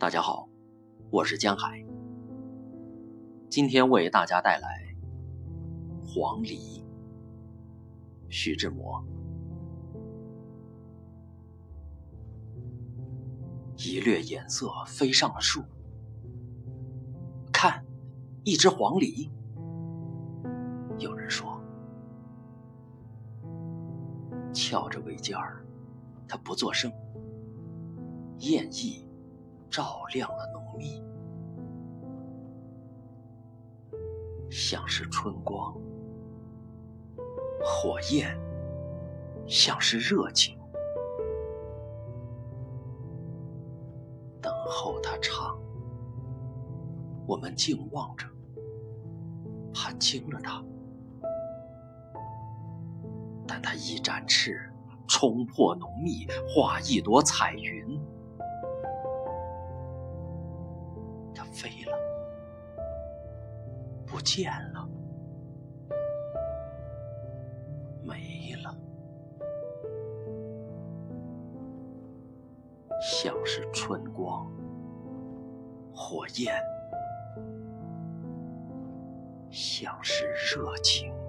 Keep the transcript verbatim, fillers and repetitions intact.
大家好，我是江海，今天为大家带来黄鹂，徐志摩。一掠颜色飞上了树，看，一只黄鹂。有人说，翘着尾尖儿，它不作声，艳意照亮了浓密，像是春光，火焰像是热情。等候他唱，我们静望着，怕惊了他，但他一展翅，冲破浓密，化一朵彩云。它飞了，不见了，没了，像是春光，火焰像是热情。